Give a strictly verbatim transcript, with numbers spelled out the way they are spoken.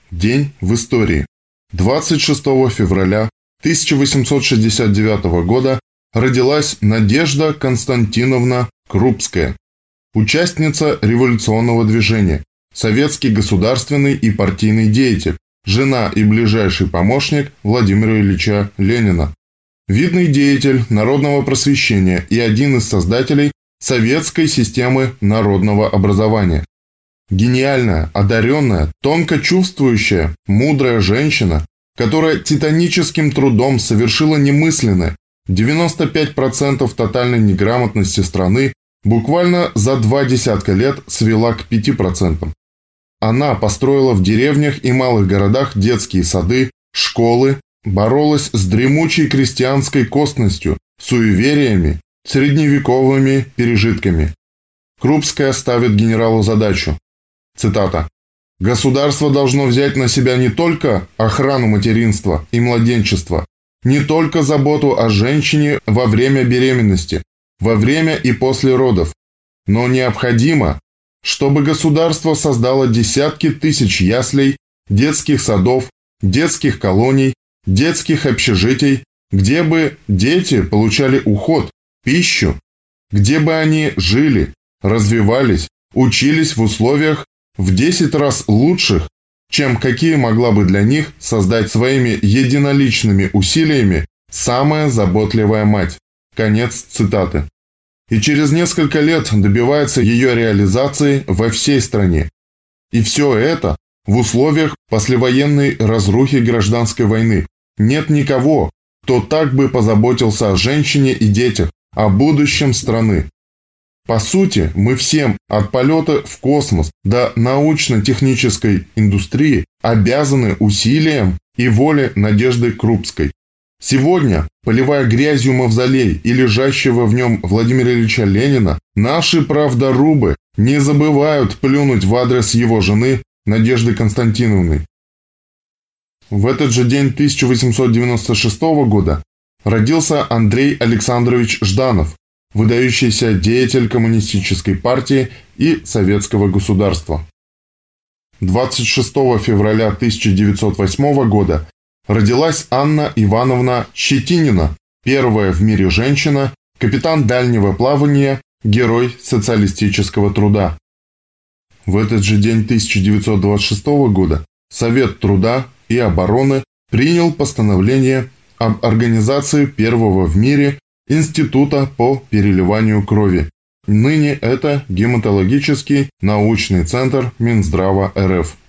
День в истории. двадцать шестого февраля тысяча восемьсот шестьдесят девятого года родилась Надежда Константиновна Крупская, участница революционного движения, советский государственный и партийный деятель, жена и ближайший помощник Владимира Ильича Ленина, видный деятель народного просвещения и один из создателей советской системы народного образования. Гениальная, одаренная, тонко чувствующая, мудрая женщина, которая титаническим трудом совершила немысленное, девяносто пять процентов тотальной неграмотности страны буквально за два десятка лет свела к пяти процентам. Она построила в деревнях и малых городах детские сады, школы, боролась с дремучей крестьянской косностью, суевериями, средневековыми пережитками. Крупская ставит генералу задачу. Цитата. «Государство должно взять на себя не только охрану материнства и младенчества, не только заботу о женщине во время беременности, во время и после родов, но необходимо, чтобы государство создало десятки тысяч яслей, детских садов, детских колоний, детских общежитий, где бы дети получали уход, пищу, где бы они жили, развивались, учились в условиях в десять раз лучших, чем какие могла бы для них создать своими единоличными усилиями самая заботливая мать». Конец цитаты. И через несколько лет добивается ее реализации во всей стране. И все это в условиях послевоенной разрухи гражданской войны. Нет никого, кто так бы позаботился о женщине и детях, о будущем страны. По сути, мы всем, от полета в космос до научно-технической индустрии, обязаны усилиям и воле Надежды Крупской. Сегодня, поливая грязью мавзолей и лежащего в нем Владимира Ильича Ленина, наши правдорубы не забывают плюнуть в адрес его жены Надежды Константиновны. В этот же день тысяча восемьсот девяносто шестого года родился Андрей Александрович Жданов, выдающийся деятель коммунистической партии и советского государства. двадцать шестого февраля тысяча девятьсот восьмого года родилась Анна Ивановна Щетинина, первая в мире женщина, капитан дальнего плавания, герой социалистического труда. В этот же день тысяча девятьсот двадцать шестого года Совет труда и обороны принял постановление об организации первого в мире Института по переливанию крови. Ныне это Гематологический научный центр Минздрава эр эф.